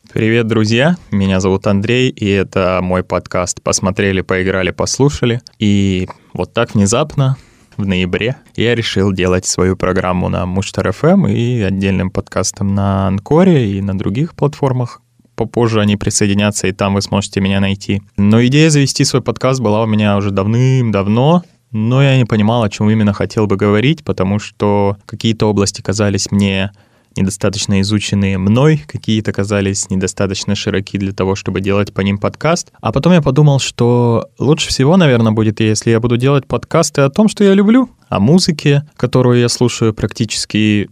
Привет, друзья! Меня зовут Андрей, и это мой подкаст «Посмотрели, поиграли, послушали». И вот так внезапно, в ноябре, я решил делать свою программу на Муштар-ФМ и отдельным подкастом на Анкоре и на других платформах. Попозже они присоединятся, и там вы сможете меня найти. Но идея завести свой подкаст была у меня уже давным-давно, но я не понимал, о чем именно хотел бы говорить, потому что какие-то области казались мне недостаточно изученные мной, какие-то казались недостаточно широки для того, чтобы делать по ним подкаст. А потом я подумал, что лучше всего, наверное, будет, если я буду делать подкасты о том, что я люблю, о музыке, которую я слушаю практически...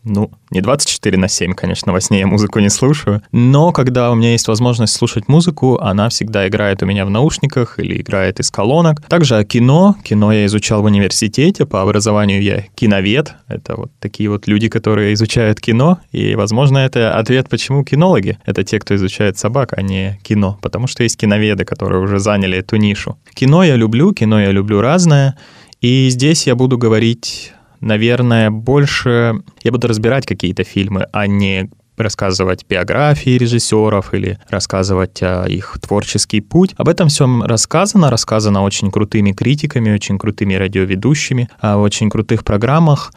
не 24/7, конечно, во сне я музыку не слушаю, но когда у меня есть возможность слушать музыку, она всегда играет у меня в наушниках или играет из колонок. Также о кино. Кино я изучал в университете, по образованию я киновед. Это вот такие вот люди, которые изучают кино, и, возможно, это ответ, почему кинологи. Это те, кто изучает собак, а не кино, потому что есть киноведы, которые уже заняли эту нишу. Кино я люблю разное, и здесь я буду говорить... Наверное, больше я буду разбирать какие-то фильмы, а не рассказывать биографии режиссеров или рассказывать их творческий путь. Об этом всем рассказано очень крутыми критиками, очень крутыми радиоведущими, в очень крутых программах.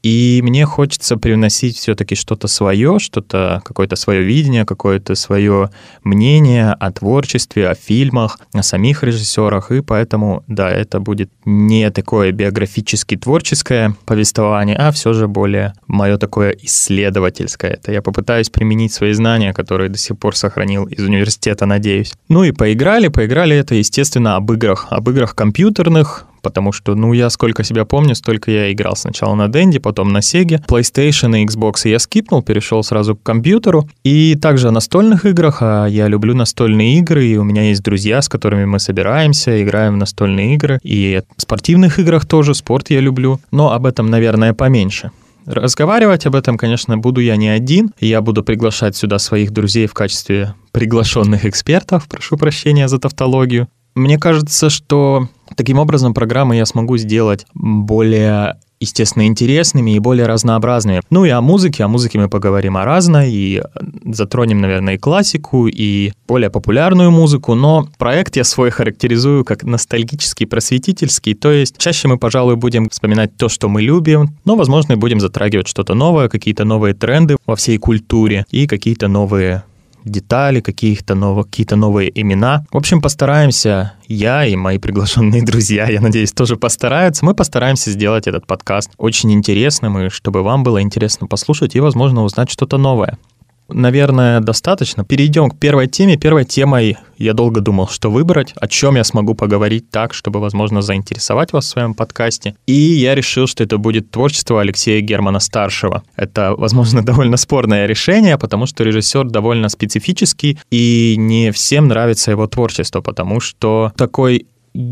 И мне хочется привносить все-таки что-то свое, какое-то свое видение, какое-то свое мнение о творчестве, о фильмах, о самих режиссерах. И поэтому, да, это будет не такое биографически творческое повествование, а все же более мое такое исследовательское. Это я попытаюсь применить свои знания, которые до сих пор сохранил из университета, надеюсь. Ну и поиграли это, естественно, об играх компьютерных, потому что, я сколько себя помню, столько я играл сначала на Денди, потом на Сеге, PlayStation и Xbox я скипнул, перешел сразу к компьютеру. И также о настольных играх, я люблю настольные игры, и у меня есть друзья, с которыми мы собираемся, играем в настольные игры. И в спортивных играх тоже, спорт я люблю, но об этом, наверное, поменьше. Разговаривать об этом, конечно, буду я не один. Я буду приглашать сюда своих друзей в качестве приглашенных экспертов, прошу прощения за тавтологию. Мне кажется, что таким образом программы я смогу сделать более, естественно, интересными и более разнообразными. И о музыке мы поговорим о разной, и затронем, наверное, и классику, и более популярную музыку, но проект я свой характеризую как ностальгический, просветительский, то есть чаще мы, пожалуй, будем вспоминать то, что мы любим, но, возможно, и будем затрагивать что-то новое, какие-то новые тренды во всей культуре и какие-то новые детали, какие-то новые имена. В общем, постараемся, я и мои приглашенные друзья, я надеюсь, тоже постараются. Мы постараемся сделать этот подкаст очень интересным, и чтобы вам было интересно послушать и, возможно, узнать что-то новое. Наверное, достаточно. Перейдем к первой теме. Первой темой я долго думал, что выбрать, о чем я смогу поговорить так, чтобы, возможно, заинтересовать вас в своем подкасте. И я решил, что это будет творчество Алексея Германа-старшего. Это, возможно, довольно спорное решение, потому что режиссер довольно специфический, и не всем нравится его творчество, потому что такой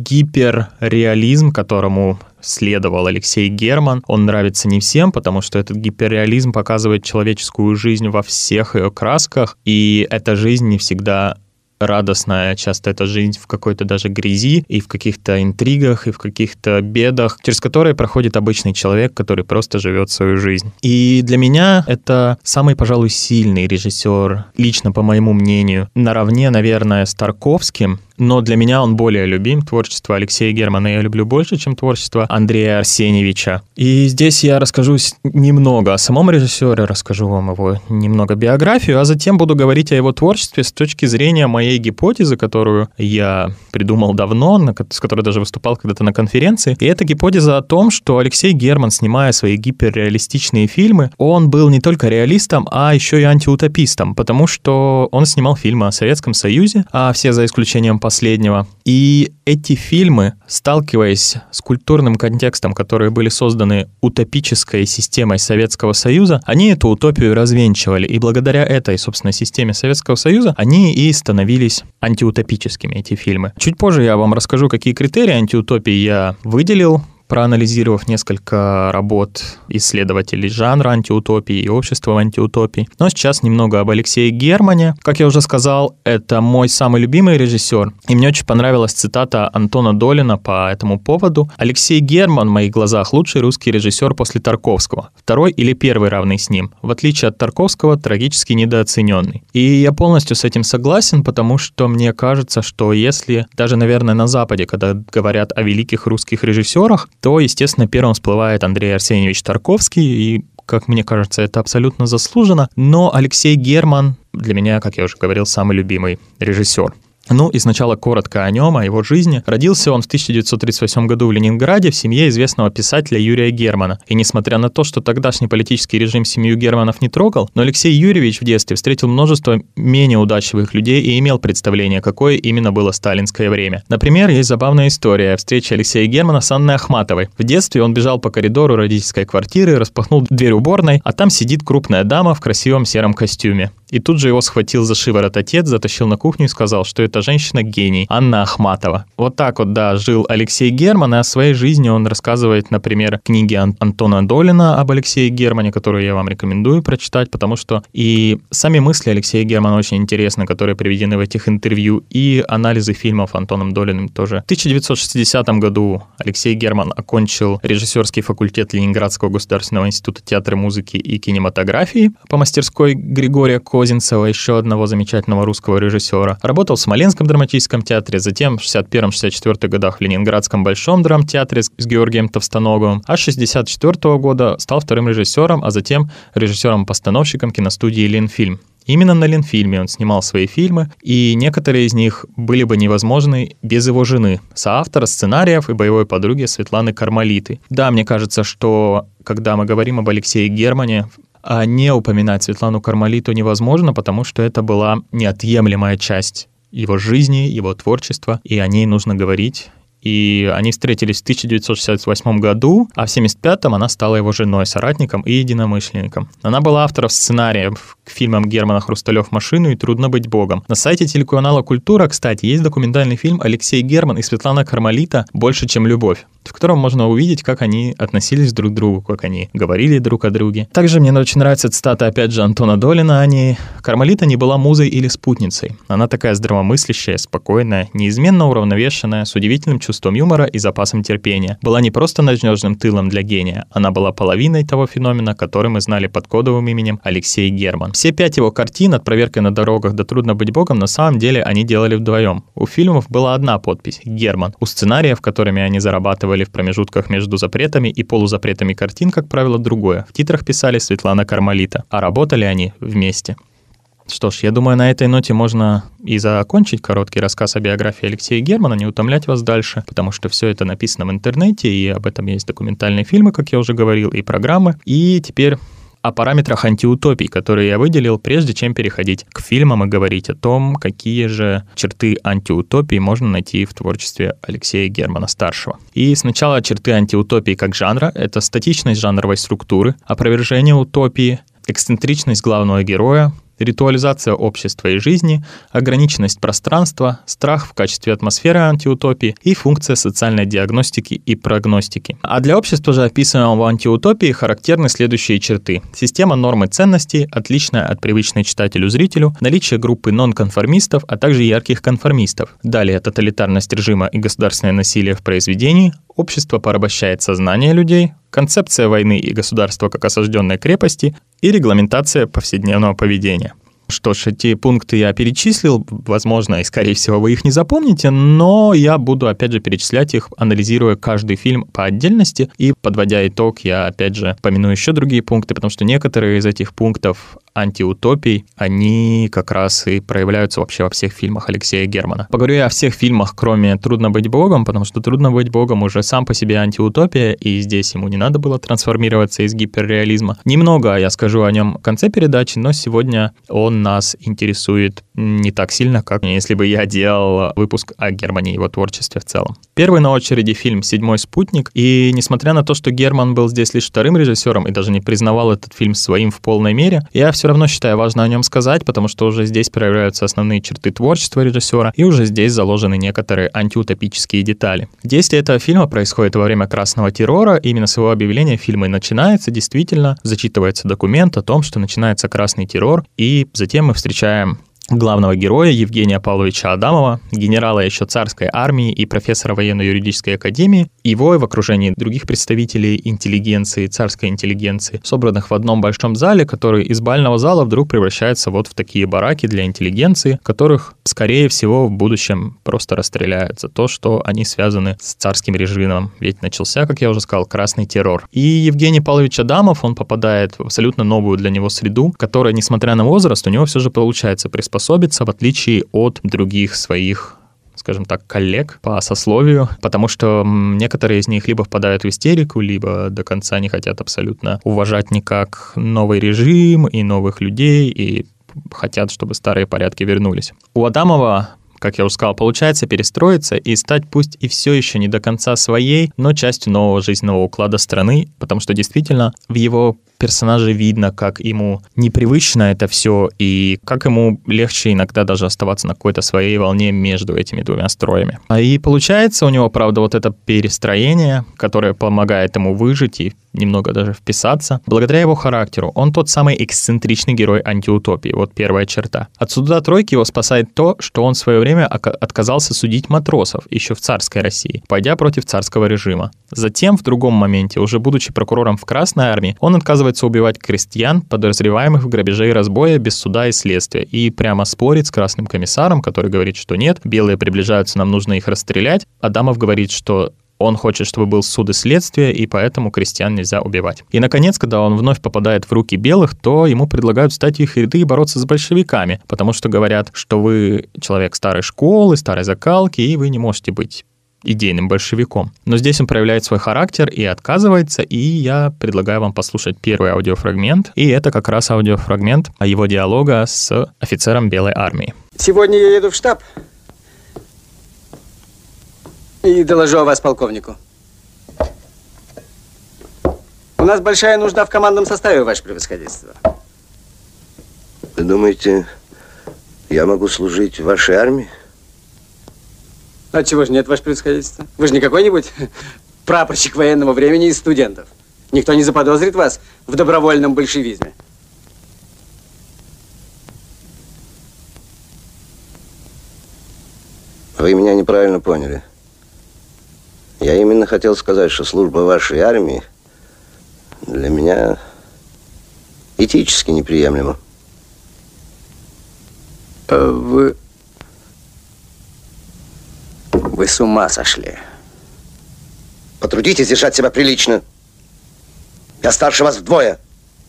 гиперреализм, которому следовал Алексей Герман, он нравится не всем, потому что этот гиперреализм показывает человеческую жизнь во всех ее красках, и эта жизнь не всегда радостная, часто это жизнь в какой-то даже грязи, и в каких-то интригах, и в каких-то бедах, через которые проходит обычный человек, который просто живет свою жизнь. И для меня это самый, пожалуй, сильный режиссер, лично по моему мнению, наравне, наверное, с Тарковским, но для меня он более любим. Творчество Алексея Германа я люблю больше, чем творчество Андрея Арсеньевича. И здесь я расскажу немного о самом режиссере, расскажу вам его немного биографию, а затем буду говорить о его творчестве с точки зрения моей гипотезы, которую я придумал давно, с которой даже выступал когда-то на конференции. И это гипотеза о том, что Алексей Герман, снимая свои гиперреалистичные фильмы, он был не только реалистом, а еще и антиутопистом, потому что он снимал фильмы о Советском Союзе, а все за исключением последнего. И эти фильмы, сталкиваясь с культурным контекстом, которые были созданы утопической системой Советского Союза, они эту утопию развенчивали. И благодаря этой, собственно, системе Советского Союза, они и становились антиутопическими, эти фильмы. Чуть позже я вам расскажу, какие критерии антиутопии я выделил, проанализировав несколько работ исследователей жанра антиутопии и общества в антиутопии. Но сейчас немного об Алексее Германе. Как я уже сказал, это мой самый любимый режиссер, и мне очень понравилась цитата Антона Долина по этому поводу. «Алексей Герман в моих глазах лучший русский режиссер после Тарковского. Второй или первый равный с ним. В отличие от Тарковского, трагически недооцененный». И я полностью с этим согласен, потому что мне кажется, что если даже, наверное, на Западе, когда говорят о великих русских режиссерах, то, естественно, первым всплывает Андрей Арсеньевич Тарковский, и, как мне кажется, это абсолютно заслуженно. Но Алексей Герман для меня, как я уже говорил, самый любимый режиссер. Ну и сначала коротко о нем, о его жизни. Родился он в 1938 году в Ленинграде в семье известного писателя Юрия Германа. И несмотря на то, что тогдашний политический режим семью Германов не трогал, но Алексей Юрьевич в детстве встретил множество менее удачливых людей и имел представление, какое именно было сталинское время. Например, есть забавная история о встрече Алексея Германа с Анной Ахматовой. В детстве он бежал по коридору родительской квартиры, распахнул дверь уборной, а там сидит крупная дама в красивом сером костюме. И тут же его схватил за шиворот отец, затащил на кухню и сказал, что эта женщина гений, Анна Ахматова. Вот так вот, да, жил Алексей Герман, и о своей жизни он рассказывает, например, в книге Антона Долина об Алексее Германе, которую я вам рекомендую прочитать, потому что и сами мысли Алексея Германа очень интересны, которые приведены в этих интервью, и анализы фильмов Антоном Долиным тоже. В 1960 году Алексей Герман окончил режиссерский факультет Ленинградского государственного института театра, музыки и кинематографии по мастерской Григория Козинцева, еще одного замечательного русского режиссера. Работал в Смоленском драматическом театре, затем в 61-64 годах в Ленинградском Большом драмтеатре с Георгием Товстоноговым, а с 64 года стал вторым режиссером, а затем режиссером-постановщиком киностудии «Ленфильм». Именно на Ленфильме он снимал свои фильмы, и некоторые из них были бы невозможны без его жены, соавтора сценариев и боевой подруги Светланы Кармалиты. Да, мне кажется, что когда мы говорим об Алексее Германе, не упоминать Светлану Кармалиту невозможно, потому что это была неотъемлемая часть его жизни, его творчества, и о ней нужно говорить. И они встретились в 1968 году, а в 1975 она стала его женой, соратником и единомышленником. Она была автором сценариев к фильмам Германа Хрусталёв «Машину» и «Трудно быть богом». На сайте телеканала «Культура», кстати, есть документальный фильм «Алексей Герман и Светлана Кармалита. Больше, чем любовь», в котором можно увидеть, как они относились друг к другу, как они говорили друг о друге. Также мне очень нравится цитата, опять же, Антона Долина. Кармалита не была музой или спутницей. Она такая здравомыслящая, спокойная, неизменно уравновешенная, с удивительным чувством юмора и запасом терпения. Была не просто надежным тылом для гения, она была половиной того феномена, который мы знали под кодовым именем Алексей Герман. Все 5 его картин «От проверки на дорогах до «Трудно быть богом» на самом деле они делали вдвоем. У фильмов была одна подпись — Герман. У сценариев, которыми они зарабатывали в промежутках между запретами и полузапретами картин, как правило, другое. В титрах писали Светлана Кармалита, а работали они вместе. Что ж, я думаю, на этой ноте можно и закончить короткий рассказ о биографии Алексея Германа, не утомлять вас дальше, потому что все это написано в интернете, и об этом есть документальные фильмы, как я уже говорил, и программы. И теперь о параметрах антиутопий, которые я выделил, прежде чем переходить к фильмам и говорить о том, какие же черты антиутопии можно найти в творчестве Алексея Германа-старшего. И сначала черты антиутопии как жанра — это статичность жанровой структуры, опровержение утопии, эксцентричность главного героя, ритуализация общества и жизни, ограниченность пространства, страх в качестве атмосферы антиутопии и функция социальной диагностики и прогностики. А для общества же, описанного в антиутопии, характерны следующие черты. Система норм и ценностей, отличная от привычной читателю-зрителю, наличие группы нонконформистов, а также ярких конформистов. Далее тоталитарность режима и государственное насилие в произведении, общество порабощает сознание людей, концепция войны и государства как осажденной крепости и регламентация повседневного поведения. Что ж, эти пункты я перечислил, возможно, и, скорее всего, вы их не запомните, но я буду, опять же, перечислять их, анализируя каждый фильм по отдельности, и, подводя итог, я, опять же, помяну еще другие пункты, потому что некоторые из этих пунктов антиутопий, они как раз и проявляются вообще во всех фильмах Алексея Германа. Поговорю я о всех фильмах, кроме «Трудно быть богом», потому что «Трудно быть богом» уже сам по себе антиутопия, и здесь ему не надо было трансформироваться из гиперреализма. Немного я скажу о нем в конце передачи, но сегодня он нас интересует не так сильно, как если бы я делал выпуск о Германе и его творчестве в целом. Первый на очереди фильм «Седьмой спутник», и несмотря на то, что Герман был здесь лишь вторым режиссером и даже не признавал этот фильм своим в полной мере, я все равно считаю важно о нем сказать, потому что уже здесь проявляются основные черты творчества режиссера, и уже здесь заложены некоторые антиутопические детали. Действие этого фильма происходит во время красного террора, и именно с его объявления фильма и начинается. Действительно, зачитывается документ о том, что начинается красный террор, и затем мы встречаем главного героя Евгения Павловича Адамова, генерала еще царской армии и профессора военно-юридической академии, его и в окружении других представителей интеллигенции, царской интеллигенции, собранных в одном большом зале, который из бального зала вдруг превращается вот в такие бараки для интеллигенции, которых, скорее всего, в будущем просто расстреляют за то, что они связаны с царским режимом. Ведь начался, как я уже сказал, красный террор. И Евгений Павлович Адамов, он попадает в абсолютно новую для него среду, которая, несмотря на возраст, у него все же получается приспособиться, в отличие от других своих, скажем так, коллег по сословию, потому что некоторые из них либо впадают в истерику, либо до конца не хотят абсолютно уважать никак новый режим и новых людей, и хотят, чтобы старые порядки вернулись. У Адамова, как я уже сказал, получается перестроиться и стать пусть и все еще не до конца своей, но частью нового жизненного уклада страны, потому что действительно в его персонаже видно, как ему непривычно это все, и как ему легче иногда даже оставаться на какой-то своей волне между этими двумя строями. И получается у него, правда, вот это перестроение, которое помогает ему выжить и немного даже вписаться. Благодаря его характеру он тот самый эксцентричный герой антиутопии, вот первая черта. От суда тройки его спасает то, что он в свое время отказался судить матросов, еще в царской России, пойдя против царского режима. Затем, в другом моменте, уже будучи прокурором в Красной армии, он отказывается убивать крестьян, подозреваемых в грабеже и разбое без суда и следствия, и прямо спорит с красным комиссаром, который говорит, что нет, белые приближаются, нам нужно их расстрелять. Адамов говорит, что он хочет, чтобы был суд и следствие, и поэтому крестьян нельзя убивать. И, наконец, когда он вновь попадает в руки белых, то ему предлагают встать в их ряды и бороться с большевиками, потому что говорят, что вы человек старой школы, старой закалки, и вы не можете быть идейным большевиком. Но здесь он проявляет свой характер и отказывается, и я предлагаю вам послушать первый аудиофрагмент, и это как раз аудиофрагмент его диалога с офицером Белой армии. Сегодня я еду в штаб и доложу о вас полковнику. У нас большая нужда в командном составе, ваше превосходительство. Вы думаете, я могу служить в вашей армии? Отчего же нет, ваше превосходительство? Вы же не какой-нибудь прапорщик военного времени из студентов. Никто не заподозрит вас в добровольном большевизме. Вы меня неправильно поняли. Я именно хотел сказать, что служба в вашей армии для меня этически неприемлема. Вы с ума сошли. Потрудитесь держать себя прилично. Я старше вас вдвое.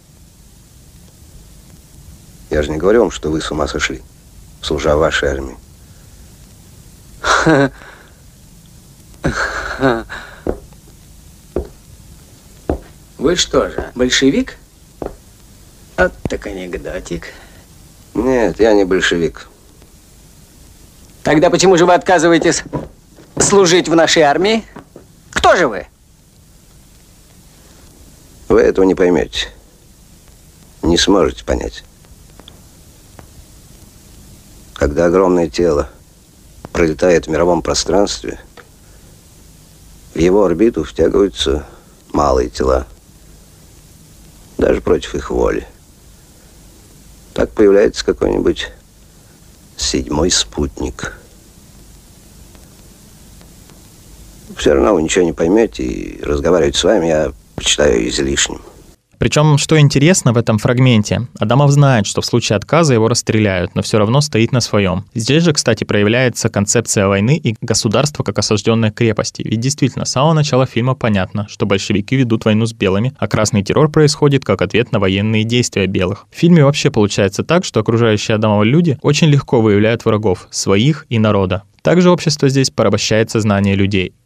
Я же не говорю вам, что вы с ума сошли, служа в вашей армии. Вы что же, большевик? Вот так анекдотик. Нет, я не большевик. Тогда почему же вы отказываетесь служить в нашей армии? Кто же вы? Вы этого не поймете. Не сможете понять. Когда огромное тело пролетает в мировом пространстве, в его орбиту втягиваются малые тела, даже против их воли. Так появляется какой-нибудь седьмой спутник. Все равно вы ничего не поймете, и разговаривать с вами я почитаю излишним. Причем, что интересно в этом фрагменте, Адамов знает, что в случае отказа его расстреляют, но все равно стоит на своем. Здесь же, кстати, проявляется концепция войны и государства как осажденной крепости. Ведь действительно, с самого начала фильма понятно, что большевики ведут войну с белыми, а красный террор происходит как ответ на военные действия белых. В фильме вообще получается так, что окружающие Адамова люди очень легко выявляют врагов, своих и народа. Также общество здесь порабощает сознание людей.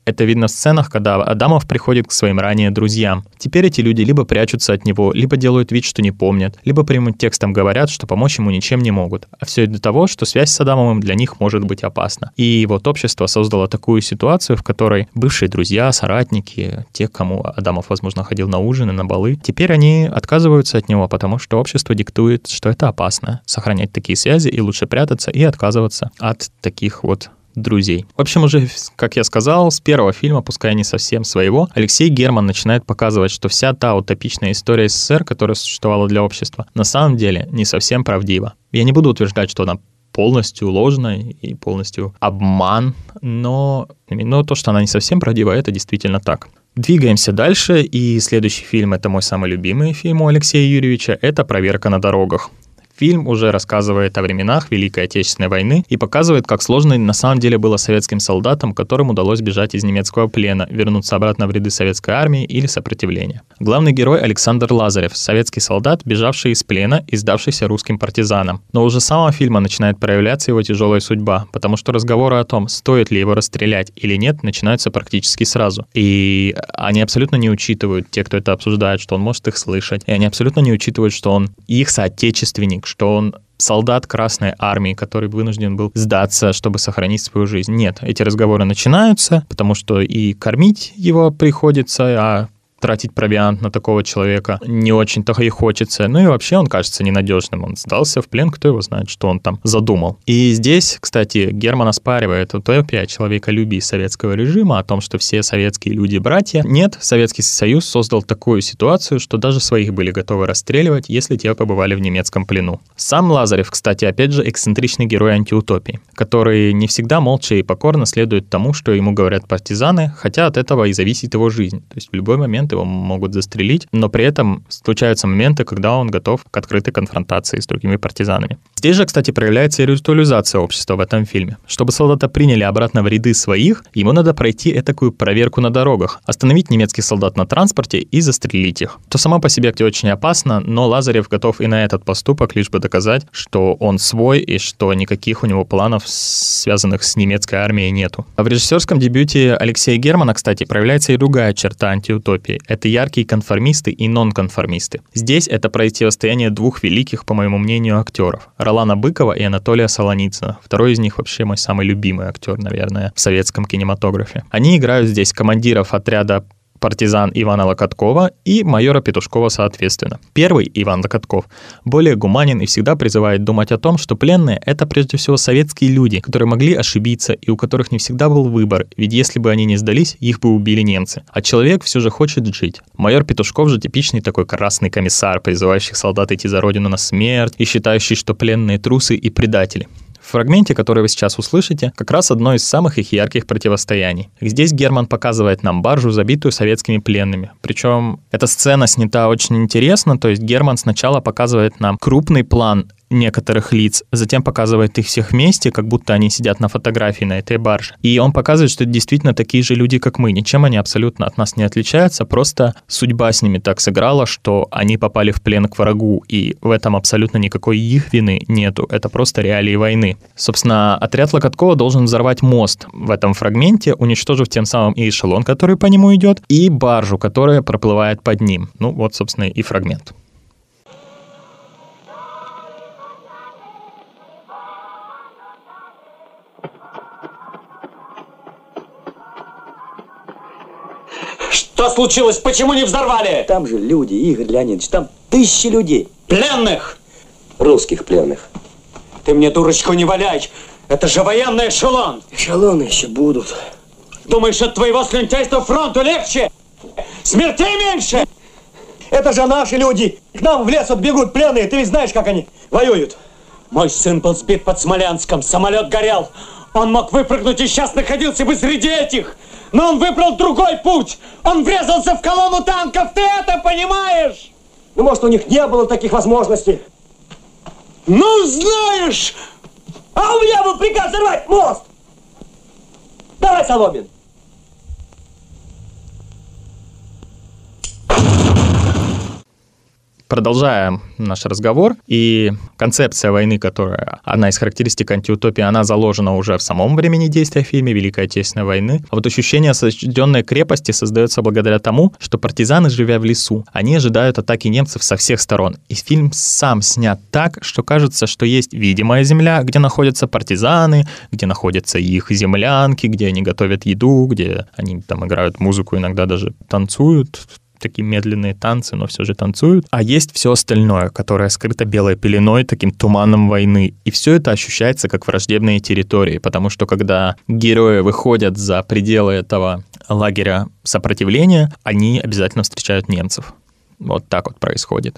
Это видно в сценах, когда Адамов приходит к своим ранее друзьям. Теперь эти люди либо прячутся от него, либо делают вид, что не помнят, либо прямым текстом говорят, что помочь ему ничем не могут. А все из-за того, что связь с Адамовым для них может быть опасна. И вот общество создало такую ситуацию, в которой бывшие друзья, соратники, те, к кому Адамов, возможно, ходил на ужины, на балы, теперь они отказываются от него, потому что общество диктует, что это опасно сохранять такие связи, и лучше прятаться и отказываться от таких вот друзей. В общем, уже, как я сказал, с первого фильма, пускай не совсем своего, Алексей Герман начинает показывать, что вся та утопичная история СССР, которая существовала для общества, на самом деле не совсем правдива. Я не буду утверждать, что она полностью ложная и полностью обман, но то, что она не совсем правдива, это действительно так. Двигаемся дальше, и следующий фильм, это мой самый любимый фильм у Алексея Юрьевича, это «Проверка на дорогах». Фильм уже рассказывает о временах Великой Отечественной войны и показывает, как сложно на самом деле было советским солдатам, которым удалось бежать из немецкого плена, вернуться обратно в ряды советской армии или сопротивления. Главный герой Александр Лазарев, советский солдат, бежавший из плена и сдавшийся русским партизанам. Но уже с самого фильма начинает проявляться его тяжелая судьба, потому что разговоры о том, стоит ли его расстрелять или нет, начинаются практически сразу. И они абсолютно не учитывают, те, кто это обсуждает, что он может их слышать, и они абсолютно не учитывают, что он их соотечественник, что он солдат Красной Армии, который вынужден был сдаться, чтобы сохранить свою жизнь. Нет, эти разговоры начинаются, потому что и кормить его приходится, а тратить провиант на такого человека не очень-то и хочется. Ну и вообще он кажется ненадежным. Он сдался в плен, кто его знает, что он там задумал. И здесь, кстати, Герман оспаривает утопию о человеколюбии советского режима, о том, что все советские люди братья. Нет, Советский Союз создал такую ситуацию, что даже своих были готовы расстреливать, если те побывали в немецком плену. Сам Лазарев, кстати, опять же, эксцентричный герой антиутопии, который не всегда молча и покорно следует тому, что ему говорят партизаны, хотя от этого и зависит его жизнь. То есть в любой момент его могут застрелить, но при этом случаются моменты, когда он готов к открытой конфронтации с другими партизанами. Здесь же, кстати, проявляется и ритуализация общества в этом фильме. Чтобы солдата приняли обратно в ряды своих, ему надо пройти этакую проверку на дорогах, остановить немецких солдат на транспорте и застрелить их. То само по себе очень опасно, но Лазарев готов и на этот поступок, лишь бы доказать, что он свой и что никаких у него планов, связанных с немецкой армией, нету. А в режиссерском дебюте Алексея Германа, кстати, проявляется и другая черта антиутопии. Это яркие конформисты и нонконформисты. Здесь это противостояние двух великих, по моему мнению, актеров. Ролана Быкова и Анатолия Солоницына. Второй из них вообще мой самый любимый актер, наверное, в советском кинематографе. Они играют здесь командиров отряда партизан Ивана Локоткова и майора Петушкова соответственно. Первый, Иван Локотков, более гуманен и всегда призывает думать о том, что пленные — это прежде всего советские люди, которые могли ошибиться и у которых не всегда был выбор, ведь если бы они не сдались, их бы убили немцы. А человек все же хочет жить. Майор Петушков же типичный такой красный комиссар, призывающий солдат идти за родину на смерть и считающий, что пленные трусы и предатели. В фрагменте, который вы сейчас услышите, как раз одно из самых их ярких противостояний. Здесь Герман показывает нам баржу, забитую советскими пленными. Причем эта сцена снята очень интересно, то есть Герман сначала показывает нам крупный план некоторых лиц, затем показывает их всех вместе, как будто они сидят на фотографии на этой барже. И он показывает, что это действительно такие же люди, как мы. Ничем они абсолютно от нас не отличаются, просто судьба с ними так сыграла, что они попали в плен к врагу, и в этом абсолютно никакой их вины нету. Это просто реалии войны. Собственно, отряд Локоткова должен взорвать мост в этом фрагменте, уничтожив тем самым и эшелон, который по нему идет, и баржу, которая проплывает под ним. Ну вот, собственно, и фрагмент. Что случилось? Почему не взорвали? Там же люди, Игорь Леонидович, там тысячи людей. Пленных! Русских пленных. Ты мне дурочку не валяй! Это же военный эшелон! Эшелоны еще будут. Думаешь, от твоего слюнтяйства фронту легче? Смертей меньше? Это же наши люди. К нам в лес вот бегут пленные. Ты ведь знаешь, как они воюют. Мой сын был сбит под Смолянском. Самолет горел. Он мог выпрыгнуть и сейчас находился бы среди этих. Но он выбрал другой путь. Он врезался в колонну танков. Ты это понимаешь? Ну, может, у них не было таких возможностей. Ну, знаешь! А у меня был приказ взорвать мост! Давай, Соломин! Продолжаем наш разговор, и концепция войны, которая одна из характеристик антиутопии, она заложена уже в самом времени действия в фильме Великой Отечественной войны. А вот ощущение осажденной крепости создается благодаря тому, что партизаны, живя в лесу, они ожидают атаки немцев со всех сторон. И фильм сам снят так, что кажется, что есть видимая земля, где находятся партизаны, где находятся их землянки, где они готовят еду, где они там играют музыку, иногда даже танцуют, такие медленные танцы, но все же танцуют. А есть все остальное, которое скрыто белой пеленой, таким туманом войны. И все это ощущается как враждебные территории, потому что когда герои выходят за пределы этого лагеря сопротивления, они обязательно встречают немцев. Вот так вот происходит.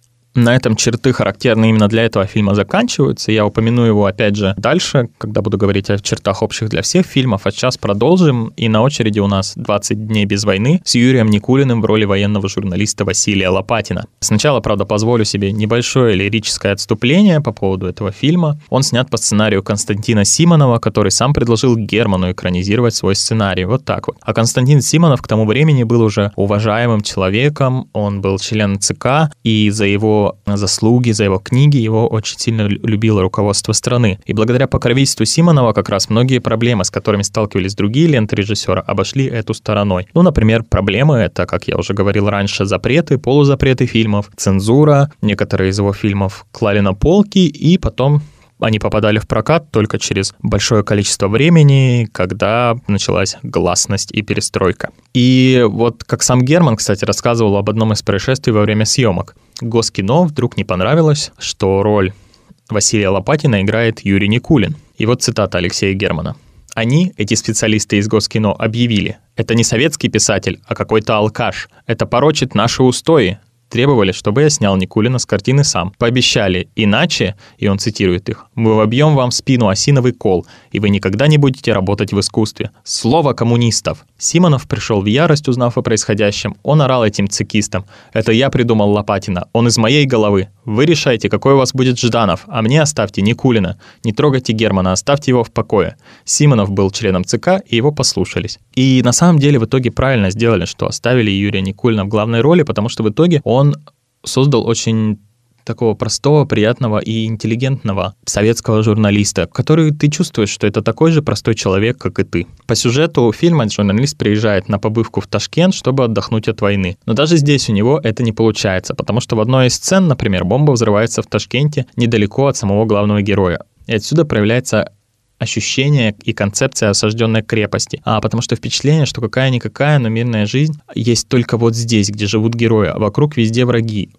На этом черты, характерные именно для этого фильма, заканчиваются. Я упомяну его, опять же, дальше, когда буду говорить о чертах общих для всех фильмов. А сейчас продолжим. И на очереди у нас «20 дней без войны» с Юрием Никулиным в роли военного журналиста Василия Лопатина. Сначала, правда, позволю себе небольшое лирическое отступление по поводу этого фильма. Он снят по сценарию Константина Симонова, который сам предложил Герману экранизировать свой сценарий. Вот так вот. А Константин Симонов к тому времени был уже уважаемым человеком. Он был членом ЦК, и за его заслуги, за его книги его очень сильно любило руководство страны. И благодаря покровительству Симонова как раз многие проблемы, с которыми сталкивались другие ленты режиссера, обошли эту стороной. Ну, например, проблемы — это, как я уже говорил раньше, запреты, полузапреты фильмов, цензура. Некоторые из его фильмов клали на полки, и потом они попадали в прокат только через большое количество времени, когда началась гласность и перестройка. И вот как сам Герман, кстати, рассказывал об одном из происшествий во время съемок. Госкино вдруг не понравилось, что роль Василия Лопатина играет Юрий Никулин. И вот цитата Алексея Германа. «Они, эти специалисты из Госкино, объявили, это не советский писатель, а какой-то алкаш. Это порочит наши устои. Требовали, чтобы я снял Никулина с картины сам. Пообещали, иначе, и он цитирует их, мы вобьем вам в спину осиновый кол, и вы никогда не будете работать в искусстве. Слово коммунистов. Симонов пришел в ярость, узнав о происходящем. Он орал этим цикистам. Это я придумал Лопатина. Он из моей головы. Вы решайте, какой у вас будет Жданов, а мне оставьте Никулина. Не трогайте Германа, оставьте его в покое. Симонов был членом ЦК, и его послушались. И на самом деле в итоге правильно сделали, что оставили Юрия Никулина в главной роли, потому что в итоге он создал очень такого простого, приятного и интеллигентного советского журналиста, который ты чувствуешь, что это такой же простой человек, как и ты. По сюжету фильма журналист приезжает на побывку в Ташкент, чтобы отдохнуть от войны. Но даже здесь у него это не получается, потому что в одной из сцен, например, бомба взрывается в Ташкенте недалеко от самого главного героя. И отсюда проявляется ощущение и концепция осажденной крепости. Потому что впечатление, что какая-никакая, но мирная жизнь есть только вот здесь, где живут герои, а вокруг везде враги,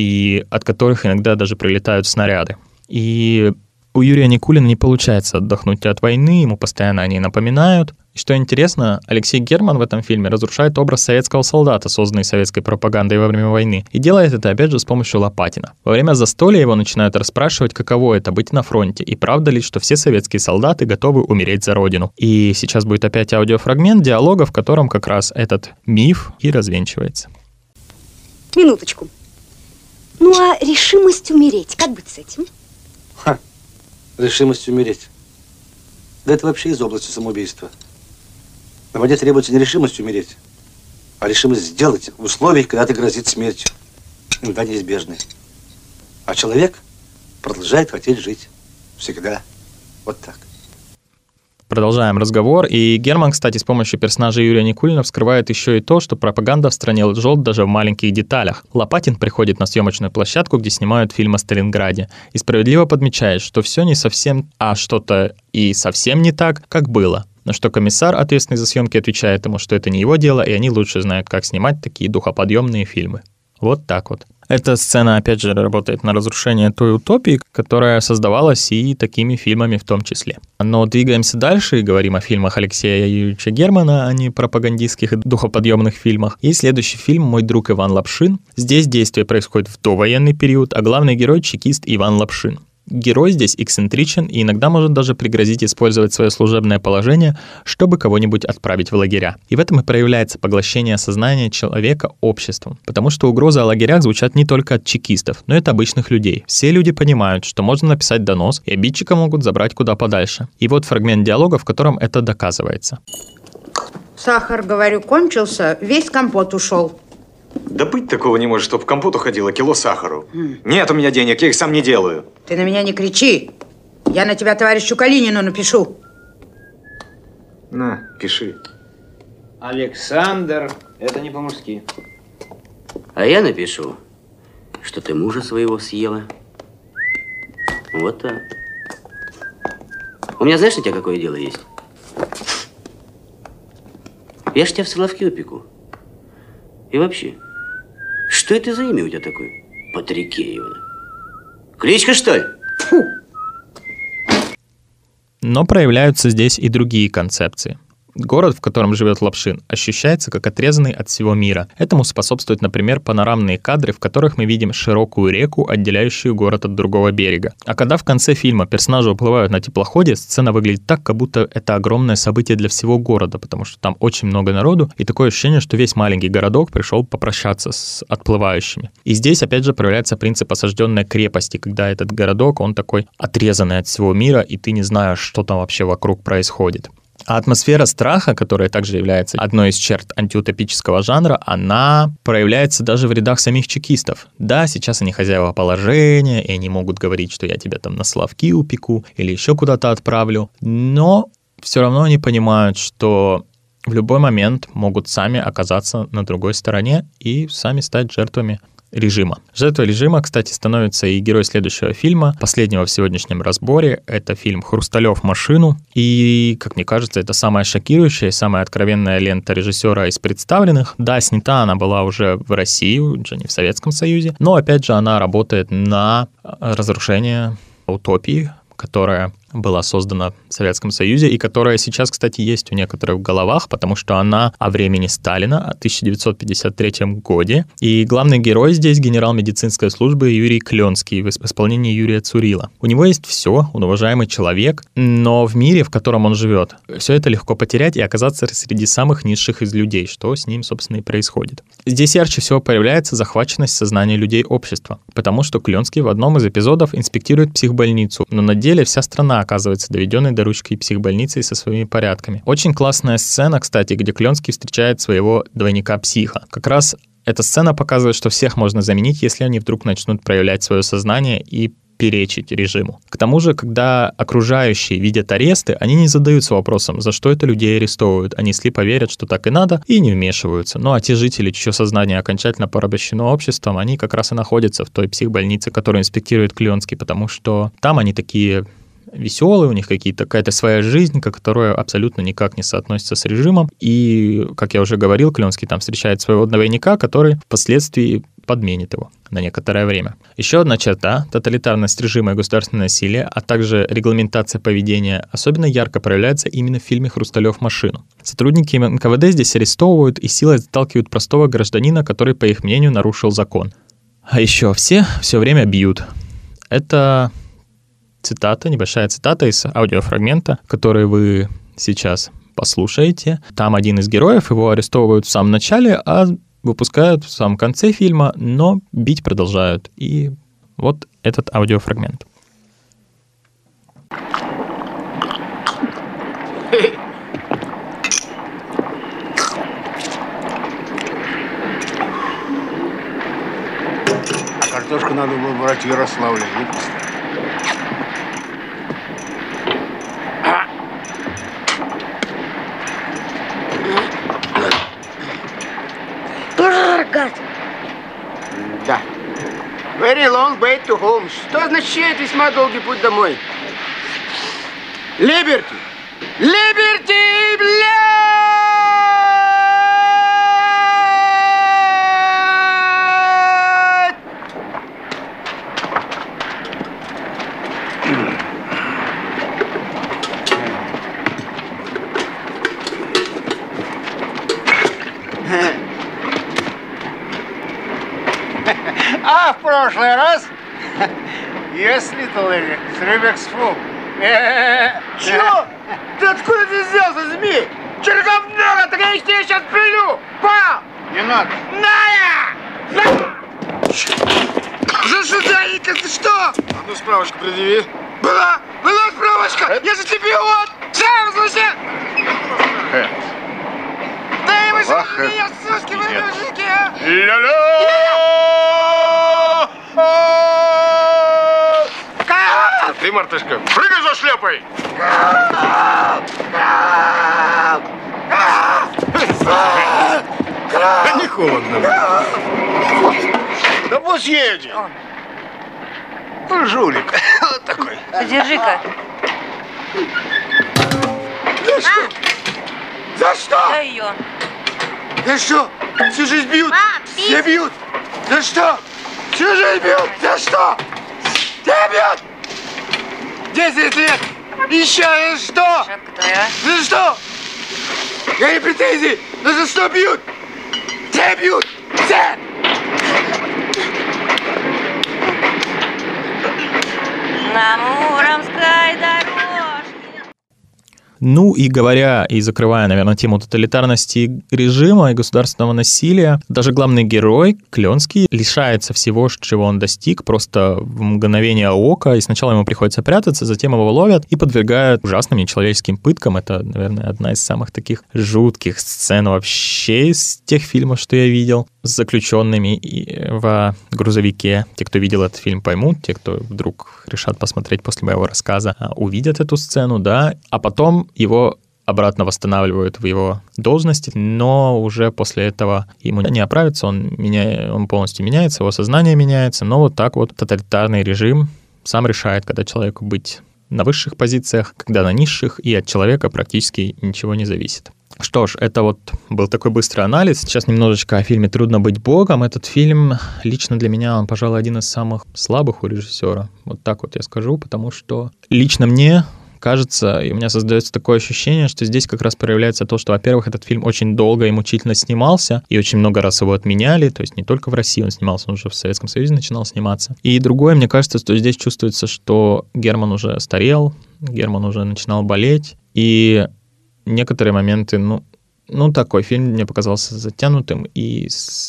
и от которых иногда даже прилетают снаряды. И у Юрия Никулина не получается отдохнуть от войны, ему постоянно о ней напоминают. И что интересно, Алексей Герман в этом фильме разрушает образ советского солдата, созданный советской пропагандой во время войны, и делает это опять же с помощью Лопатина. Во время застолья его начинают расспрашивать, каково это быть на фронте, и правда ли, что все советские солдаты готовы умереть за родину. И сейчас будет опять аудиофрагмент диалога, в котором как раз этот миф и развенчивается. Минуточку. Ну а решимость умереть, как быть с этим? Решимость умереть. Да это вообще из области самоубийства. На войне требуется не решимость умереть, а решимость сделать в условиях, когда ты грозит смертью. Иногда неизбежной. А человек продолжает хотеть жить. Всегда. Вот так. Продолжаем разговор. И Герман, кстати, с помощью персонажа Юрия Никулина вскрывает еще и то, что пропаганда в стране лжет даже в маленьких деталях. Лопатин приходит на съемочную площадку, где снимают фильм о Сталинграде, и справедливо подмечает, что все не совсем, а что-то и совсем не так, как было. На что комиссар, ответственный за съемки, отвечает ему, что это не его дело, и они лучше знают, как снимать такие духоподъемные фильмы. Вот так вот. Эта сцена, опять же, работает на разрушение той утопии, которая создавалась и такими фильмами в том числе. Но двигаемся дальше и говорим о фильмах Алексея Юрьевича Германа, а не пропагандистских и духоподъемных фильмах. И следующий фильм «Мой друг Иван Лапшин». Здесь действие происходит в довоенный период, а главный герой — чекист Иван Лапшин. Герой здесь эксцентричен и иногда может даже пригрозить использовать свое служебное положение, чтобы кого-нибудь отправить в лагеря. И в этом и проявляется поглощение сознания человека обществом. Потому что угрозы о лагерях звучат не только от чекистов, но и от обычных людей. Все люди понимают, что можно написать донос, и обидчика могут забрать куда подальше. И вот фрагмент диалога, в котором это доказывается. Сахар, говорю, кончился, весь компот ушел. Да быть такого не может, чтоб в компот уходило кило сахару. Нет у меня денег, я их сам не делаю. Ты на меня не кричи. Я на тебя товарищу Калинину напишу. На, пиши. Александр, это не по-мужски. А я напишу, что ты мужа своего съела. Вот так. У меня, знаешь, на тебя какое дело есть? Я ж тебя в соловки упеку. И вообще, что это за имя у тебя такое? Патрикеевна. Кличка, что ли? Фу. Но проявляются здесь и другие концепции. Город, в котором живет Лапшин, ощущается как отрезанный от всего мира. Этому способствуют, например, панорамные кадры, в которых мы видим широкую реку, отделяющую город от другого берега. А когда в конце фильма персонажи уплывают на теплоходе, сцена выглядит так, как будто это огромное событие для всего города, потому что там очень много народу, и такое ощущение, что весь маленький городок пришел попрощаться с отплывающими. И здесь, опять же, проявляется принцип осажденной крепости, когда этот городок, он такой отрезанный от всего мира, и ты не знаешь, что там вообще вокруг происходит. А атмосфера страха, которая также является одной из черт антиутопического жанра, она проявляется даже в рядах самих чекистов. Да, сейчас они хозяева положения, и они могут говорить, что я тебя там на Славки упеку или еще куда-то отправлю, но все равно они понимают, что в любой момент могут сами оказаться на другой стороне и сами стать жертвами режима. Жертвой режима, кстати, становится и герой следующего фильма, последнего в сегодняшнем разборе. Это фильм «Хрусталев. Машину». И, как мне кажется, это самая шокирующая и самая откровенная лента режиссера из представленных. Да, снята она была уже в России, уже не в Советском Союзе, но, опять же, она работает на разрушение утопии, которая была создана в Советском Союзе и которая сейчас, кстати, есть у некоторых в головах, потому что она о времени Сталина, о 1953 годе. И главный герой здесь генерал медицинской службы Юрий Кленский в исполнении Юрия Цурила. У него есть все, он уважаемый человек, но в мире, в котором он живет, все это легко потерять и оказаться среди самых низших из людей, что с ним, собственно, и происходит. Здесь ярче всего появляется захваченность сознания людей общества, потому что Кленский в одном из эпизодов инспектирует психбольницу, но на деле вся страна оказывается доведенной до ручки психбольницей со своими порядками. Очень классная сцена, кстати, где Кленский встречает своего двойника-психа. Как раз эта сцена показывает, что всех можно заменить, если они вдруг начнут проявлять свое сознание и перечить режиму. К тому же, когда окружающие видят аресты, они не задаются вопросом, за что это людей арестовывают. Они слепо верят, что так и надо, и не вмешиваются. Ну а те жители, чье сознание окончательно порабощено обществом, они как раз и находятся в той психбольнице, которую инспектирует Кленский, потому что там они такие веселые, у них какая-то своя жизнь, которая абсолютно никак не соотносится с режимом. И, как я уже говорил, Кленский там встречает своего двойника, который впоследствии подменит его на некоторое время. Еще одна черта — тоталитарность режима и государственное насилие, а также регламентация поведения особенно ярко проявляется именно в фильме «Хрусталев. Машину». Сотрудники НКВД здесь арестовывают и силой заталкивают простого гражданина, который, по их мнению, нарушил закон. А еще все время бьют. Это цитата, небольшая цитата из аудиофрагмента, который вы сейчас послушаете. Там один из героев, его арестовывают в самом начале, а выпускают в самом конце фильма, но бить продолжают. И вот этот аудиофрагмент. Картошку надо было брать в Ярославле. Да. Very long way to home. Что означает весьма долгий путь домой? Liberty! Liberty, блядь! А в прошлый раз если Толерик с Рыбекс-Фу. Чё? Ты откуда ты взялся, змей? Черга много, так я их тебе сейчас пилю! Пал! Не надо! На! За сюда, Ика, ты что? Одну справочку предъяви. Была справочка! Я же тебе вот! Сам слушай! Да и вы же меня, суски, вы мужики, а! Ты, мартышка, прыгай за шляпой! Не холодно. Да пусть едет. Ну, жулик. Вот такой. Держи-ка. За что? За что? Дай ее. За что? Всю жизнь бьют. Все бьют. За что? Всю жизнь бьют. За что? Тебя бьют. 10 лет. Еще за что? За что? Я не претензий. Но за что бьют? Тебя бьют. Все. На Муромской дорожке. Ну и говоря и закрывая, наверное, тему тоталитарности режима и государственного насилия, даже главный герой, Клёнский, лишается всего, чего он достиг, просто в мгновение ока, и сначала ему приходится прятаться, затем его ловят и подвергают ужасным нечеловеческим пыткам. Это, наверное, одна из самых таких жутких сцен вообще из тех фильмов, что я видел, с заключенными в грузовике. Те, кто видел этот фильм, поймут, те, кто вдруг решат посмотреть после моего рассказа, увидят эту сцену, да, а потом его обратно восстанавливают в его должности, но уже после этого ему не оправится, он полностью меняется, его сознание меняется, но вот так вот тоталитарный режим сам решает, когда человеку быть на высших позициях, когда на низших, и от человека практически ничего не зависит. Что ж, это вот был такой быстрый анализ. Сейчас немножечко о фильме «Трудно быть богом». Этот фильм лично для меня, он, пожалуй, один из самых слабых у режиссера. Вот так вот я скажу, потому что лично мне кажется, и у меня создается такое ощущение, что здесь как раз проявляется то, что, во-первых, этот фильм очень долго и мучительно снимался, и очень много раз его отменяли, то есть не только в России он снимался, он уже в Советском Союзе начинал сниматься. И другое, мне кажется, что здесь чувствуется, что Герман уже старел, Герман уже начинал болеть, и некоторые моменты, такой фильм мне показался затянутым и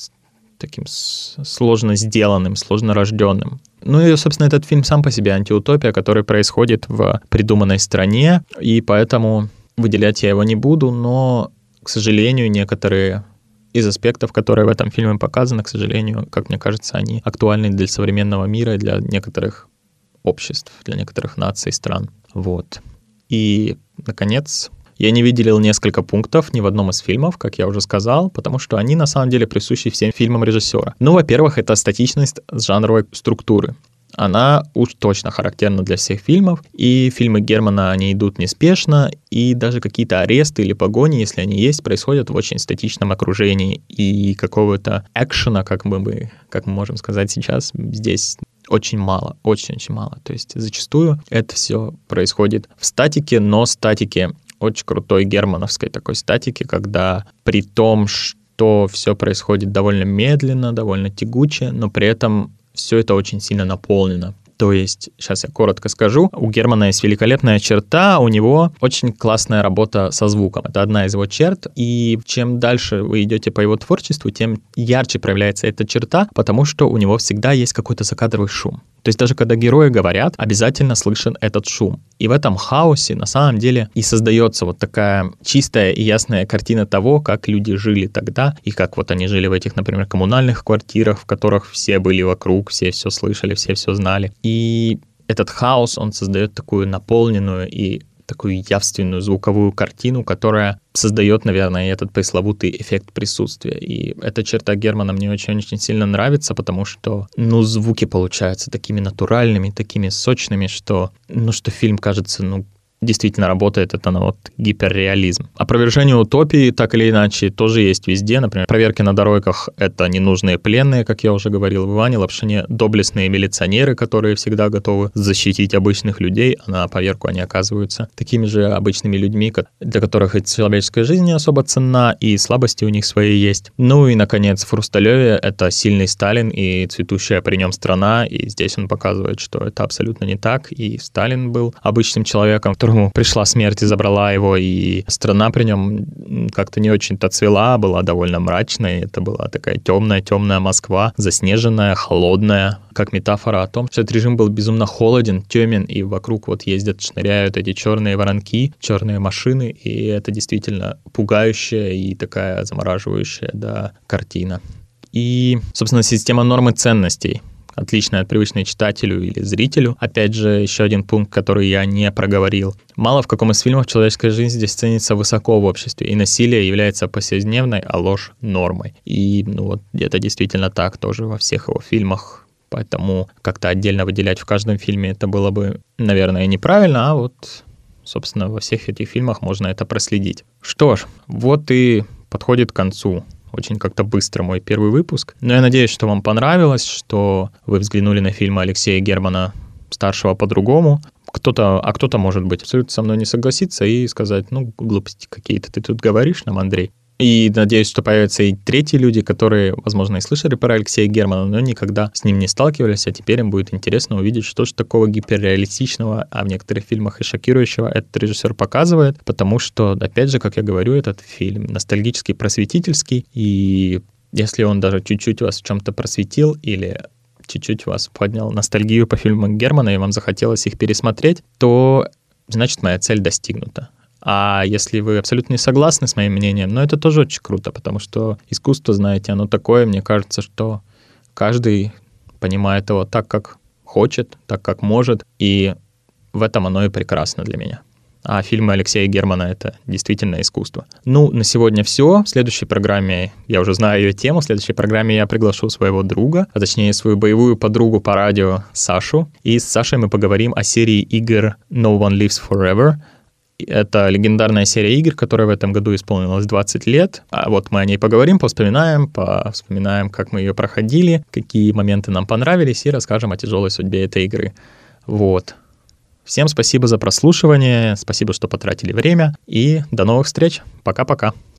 таким сложно сделанным, сложно рожденным. Ну и, собственно, этот фильм сам по себе антиутопия, который происходит в придуманной стране, и поэтому выделять я его не буду, но, к сожалению, некоторые из аспектов, которые в этом фильме показаны, к сожалению, как мне кажется, они актуальны для современного мира и для некоторых обществ, для некоторых наций и стран. Вот. И, наконец, я не выделил несколько пунктов ни в одном из фильмов, как я уже сказал, потому что они на самом деле присущи всем фильмам режиссера. Ну, во-первых, это статичность жанровой структуры. Она уж точно характерна для всех фильмов, и фильмы Германа, они идут неспешно, и даже какие-то аресты или погони, если они есть, происходят в очень статичном окружении, и какого-то экшена, как мы можем сказать сейчас, здесь очень мало, очень-очень мало. То есть зачастую это все происходит в статике, но статике очень крутой германовской такой статики, когда при том, что все происходит довольно медленно, довольно тягуче, но при этом все это очень сильно наполнено. То есть, сейчас я коротко скажу, у Германа есть великолепная черта, у него очень классная работа со звуком. Это одна из его черт, и чем дальше вы идете по его творчеству, тем ярче проявляется эта черта, потому что у него всегда есть какой-то закадровый шум. То есть даже когда герои говорят, обязательно слышен этот шум. И в этом хаосе на самом деле и создается вот такая чистая и ясная картина того, как люди жили тогда, и как вот они жили в этих, например, коммунальных квартирах, в которых все были вокруг, все слышали, все знали. И этот хаос, он создает такую наполненную и такую явственную звуковую картину, которая создает, наверное, этот пресловутый эффект присутствия. И эта черта Германа мне очень-очень сильно нравится, потому что, звуки получаются такими натуральными, такими сочными, что фильм кажется, действительно работает, это гиперреализм. Опровержение утопии, так или иначе, тоже есть везде. Например, проверки на дорогах — это ненужные пленные, как я уже говорил в Иване Лапшине, доблестные милиционеры, которые всегда готовы защитить обычных людей, а на поверку они оказываются такими же обычными людьми, для которых и человеческая жизнь не особо ценна, и слабости у них свои есть. Ну и, наконец, в Хрусталёве — это сильный Сталин и цветущая при нем страна, и здесь он показывает, что это абсолютно не так, и Сталин был обычным человеком, которому пришла смерть и забрала его, и страна при нем как-то не очень-то цвела, была довольно мрачной, это была такая темная Москва, заснеженная, холодная, как метафора о том, что этот режим был безумно холоден, темен, и вокруг ездят, шныряют эти черные воронки, черные машины, и это действительно пугающая и такая замораживающая, картина. И, собственно, система норм и ценностей, отличная от привычной читателю или зрителю. Опять же, еще один пункт, который я не проговорил. Мало в каком из фильмов человеческая жизнь здесь ценится высоко в обществе, и насилие является повседневной, а ложь — нормой. И это действительно так тоже во всех его фильмах. Поэтому как-то отдельно выделять в каждом фильме это было бы, наверное, неправильно, а собственно, во всех этих фильмах можно это проследить. Что ж, вот и подходит к концу очень как-то быстро мой первый выпуск. Но я надеюсь, что вам понравилось, что вы взглянули на фильмы Алексея Германа старшего по-другому. Кто-то, может быть, абсолютно со мной не согласится и сказать, глупости какие-то ты тут говоришь нам, Андрей. И надеюсь, что появятся и третьи люди, которые, возможно, и слышали про Алексея Германа, но никогда с ним не сталкивались, а теперь им будет интересно увидеть, что же такого гиперреалистичного, а в некоторых фильмах и шокирующего этот режиссер показывает, потому что, опять же, как я говорю, этот фильм ностальгический, просветительский, и если он даже чуть-чуть вас в чем-то просветил или чуть-чуть вас поднял ностальгию по фильмам Германа, и вам захотелось их пересмотреть, то, значит, моя цель достигнута. А если вы абсолютно не согласны с моим мнением, это тоже очень круто, потому что искусство, знаете, оно такое, мне кажется, что каждый понимает его так, как хочет, так, как может, и в этом оно и прекрасно для меня. А фильмы Алексея Германа — это действительно искусство. На сегодня все. В следующей программе, я уже знаю ее тему, в следующей программе я приглашу своего друга, а точнее свою боевую подругу по радио Сашу. И с Сашей мы поговорим о серии игр No One Lives Forever. Это легендарная серия игр, которая в этом году исполнилась 20 лет. А вот мы о ней поговорим, вспоминаем, как мы ее проходили, какие моменты нам понравились, и расскажем о тяжелой судьбе этой игры. Всем спасибо за прослушивание, спасибо, что потратили время, и до новых встреч. Пока-пока.